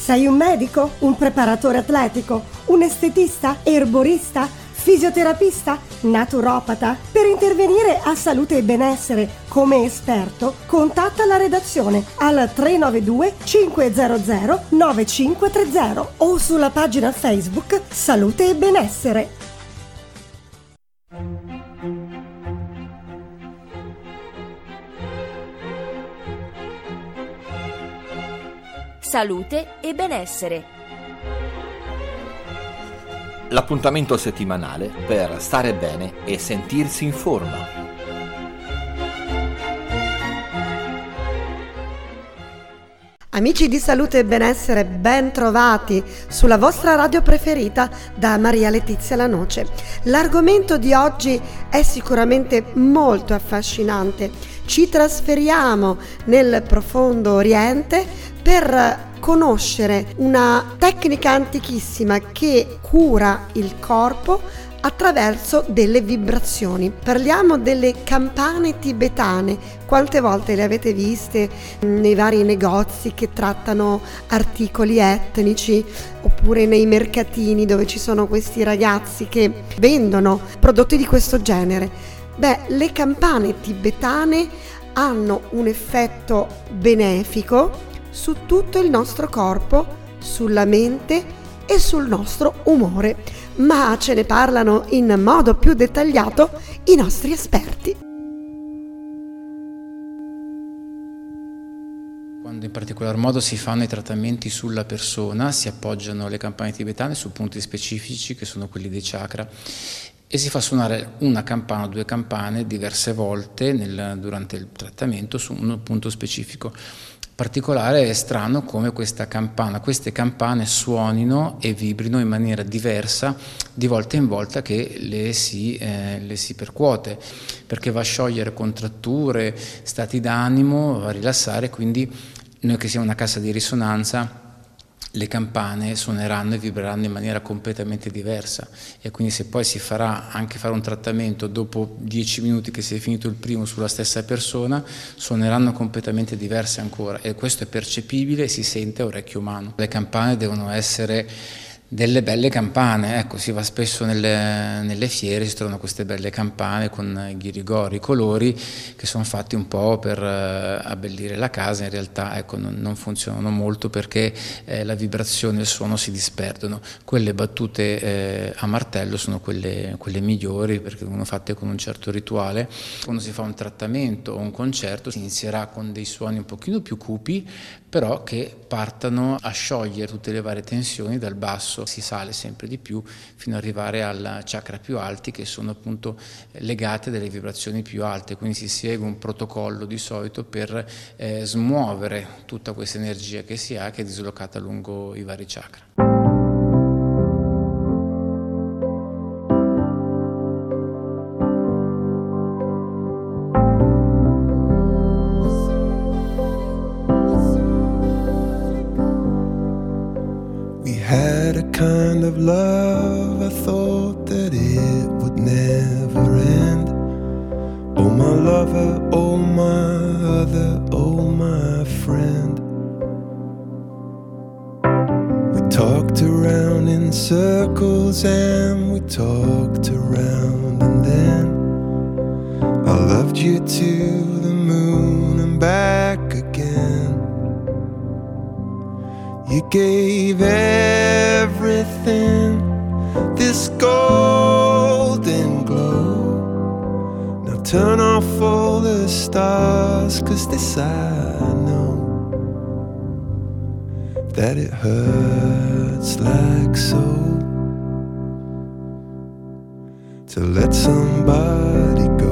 Sei un medico? Un preparatore atletico? Un estetista? Erborista? Fisioterapista? Naturopata? Per intervenire a Salute e Benessere come esperto, contatta la redazione al 392 500 9530 o sulla pagina Facebook Salute e Benessere. Salute e Benessere. L'appuntamento settimanale per stare bene e sentirsi in forma. Amici di Salute e Benessere, ben trovati sulla vostra radio preferita da Maria Letizia Lanoce. L'argomento di oggi è sicuramente molto affascinante. Ci trasferiamo nel profondo Oriente per conoscere una tecnica antichissima che cura il corpo attraverso delle vibrazioni. Parliamo delle campane tibetane. Quante volte le avete viste nei vari negozi che trattano articoli etnici, oppure nei mercatini dove ci sono questi ragazzi che vendono prodotti di questo genere? Beh, le campane tibetane hanno un effetto benefico su tutto il nostro corpo, sulla mente e sul nostro umore, ma ce ne parlano in modo più dettagliato i nostri esperti. Quando in particolar modo si fanno i trattamenti sulla persona, si appoggiano le campane tibetane su punti specifici che sono quelli dei chakra e si fa suonare una campana o due campane diverse volte durante il trattamento su un punto specifico. Particolare è strano come queste campane suonino e vibrino in maniera diversa di volta in volta che le si percuote, perché va a sciogliere contratture, stati d'animo, va a rilassare. Quindi noi che siamo una cassa di risonanza, le campane suoneranno e vibreranno in maniera completamente diversa, e quindi se poi si farà anche fare un trattamento dopo 10 minuti che si è finito il primo sulla stessa persona, suoneranno completamente diverse ancora, e questo è percepibile e si sente a orecchio umano. Le campane devono essere delle belle campane, ecco, si va spesso nelle fiere, si trovano queste belle campane con i ghirigori, i colori che sono fatti un po' per abbellire la casa. In realtà, ecco, non funzionano molto perché la vibrazione e il suono si disperdono. Quelle battute a martello sono quelle migliori, perché vengono fatte con un certo rituale. Quando si fa un trattamento o un concerto si inizierà con dei suoni un pochino più cupi, però che partano a sciogliere tutte le varie tensioni dal basso. Si sale sempre di più fino ad arrivare al chakra più alti, che sono appunto legate a delle vibrazioni più alte, quindi si segue un protocollo di solito per smuovere tutta questa energia che si ha, che è dislocata lungo i vari chakra. Kind of love, I thought that it would never end. Oh my lover, oh my other, oh my friend. We talked around in circles and we talked around, and then I loved you to the moon and back again. You gave everything this golden glow. Now turn off all the stars, 'cause this I know, that it hurts like so to let somebody go.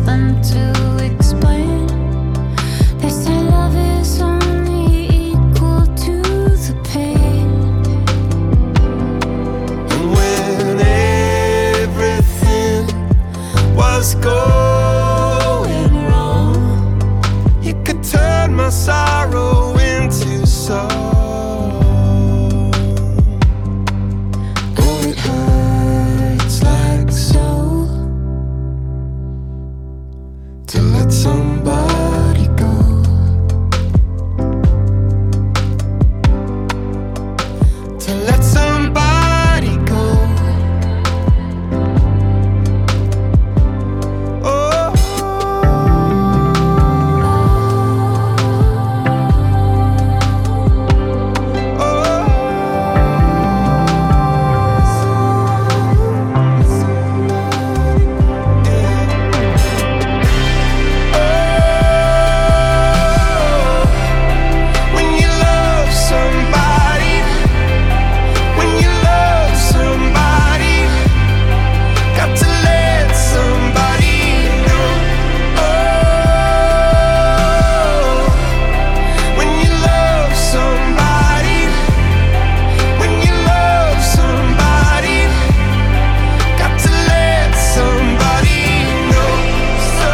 To explain, they say love is only equal was going wrong. You could turn my sorrow into song. Oh, it hurts like so to let somebody go. To let somebody go. Oh, when you love somebody, when you love somebody, got to let somebody know. Oh, when you love somebody, when you love somebody, got to let somebody know. So,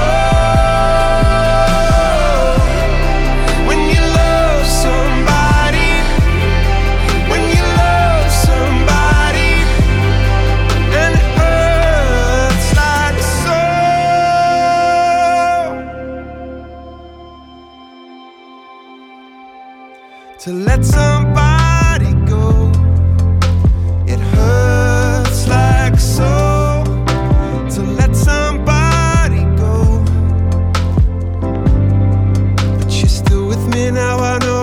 when you love somebody, when you love somebody, and it hurts like so. To let somebody go, it hurts like so. To let somebody go, but you're still with me now, I know.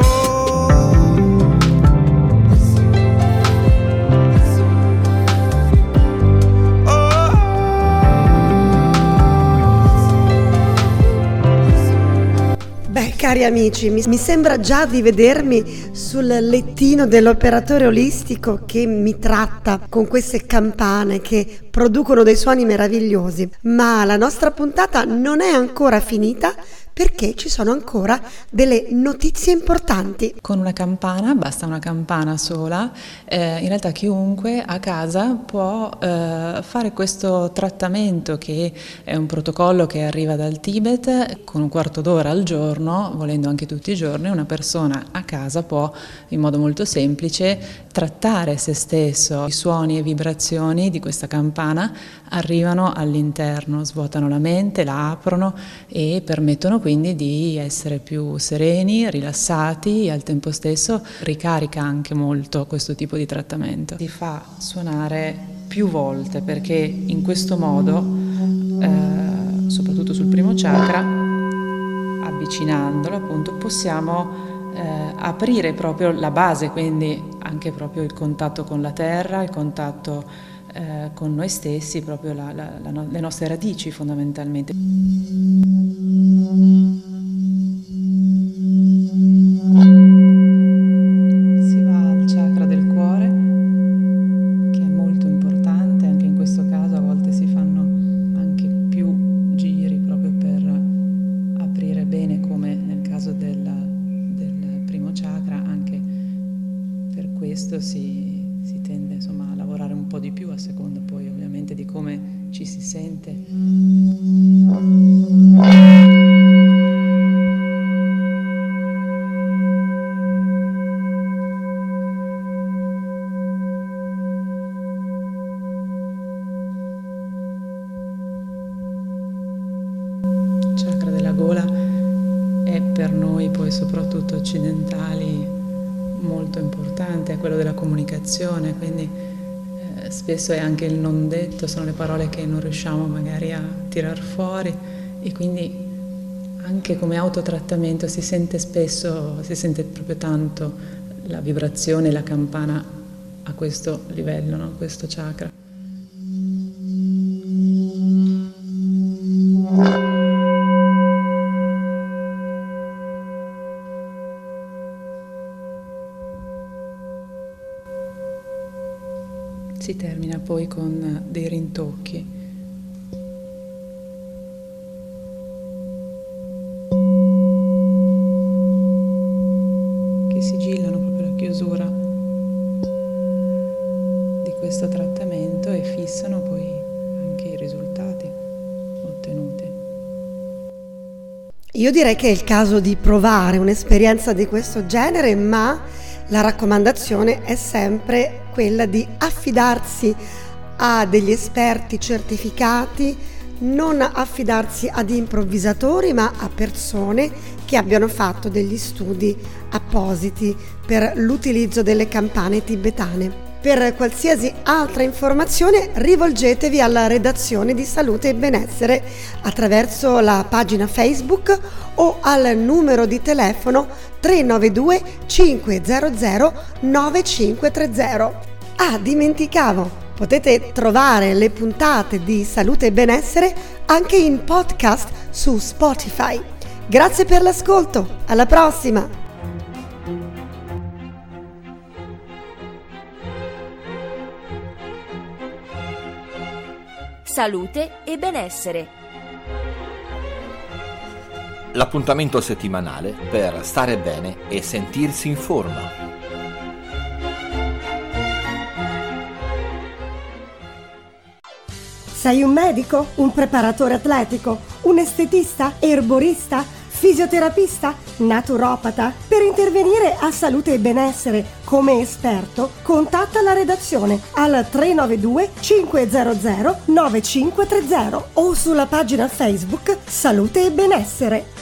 Beh, cari amici, mi sembra già di vedermi sul lettino dell'operatore olistico che mi tratta con queste campane che producono dei suoni meravigliosi. Ma la nostra puntata non è ancora finita perché ci sono ancora delle notizie importanti. Con una campana, basta una campana sola, in realtà chiunque a casa può fare questo trattamento, che è un protocollo che arriva dal Tibet. Con un quarto d'ora al giorno, volendo anche tutti i giorni, una persona a casa può in modo molto semplice trattare se stesso. I suoni e vibrazioni di questa campana arrivano all'interno, svuotano la mente, la aprono e permettono quindi di essere più sereni, rilassati, e al tempo stesso ricarica anche molto questo tipo di trattamento. Si fa suonare più volte perché in questo modo, soprattutto sul primo chakra, avvicinandolo appunto, possiamo aprire proprio la base, quindi anche proprio il contatto con la terra, il contatto con noi stessi, proprio le nostre radici fondamentalmente. Si va al chakra del cuore, che è molto importante. Anche in questo caso a volte si fanno anche più giri proprio per aprire bene, come nel caso del primo chakra. Anche per questo si tende insomma a lavorare un po' di più, a seconda poi ovviamente di come ci si sente. Il chakra della gola è per noi poi soprattutto occidentali molto importante, è quello della comunicazione, quindi spesso è anche il non detto, sono le parole che non riusciamo magari a tirar fuori, e quindi anche come autotrattamento si sente proprio tanto la vibrazione, la campana a questo livello, no? Questo chakra. Si termina poi con dei rintocchi. Che sigillano proprio la chiusura di questo trattamento e fissano poi anche i risultati, io direi che è il caso di provare un'esperienza di questo genere, ma la raccomandazione è sempre quella di affidarsi a degli esperti certificati, non affidarsi ad improvvisatori, ma a persone che abbiano fatto degli studi appositi per l'utilizzo delle campane tibetane. Per qualsiasi altra informazione rivolgetevi alla redazione di Salute e Benessere attraverso la pagina Facebook o al numero di telefono 392 500 9530. Ah, dimenticavo! Potete trovare le puntate di Salute e Benessere anche in podcast su Spotify. Grazie per l'ascolto, alla prossima! Salute e Benessere. L'appuntamento settimanale per stare bene e sentirsi in forma. Sei un medico? Un preparatore atletico? Un estetista? Erborista? Fisioterapista? Naturopata? Per intervenire a Salute e Benessere come esperto, contatta la redazione al 392 500 9530 o sulla pagina Facebook Salute e Benessere.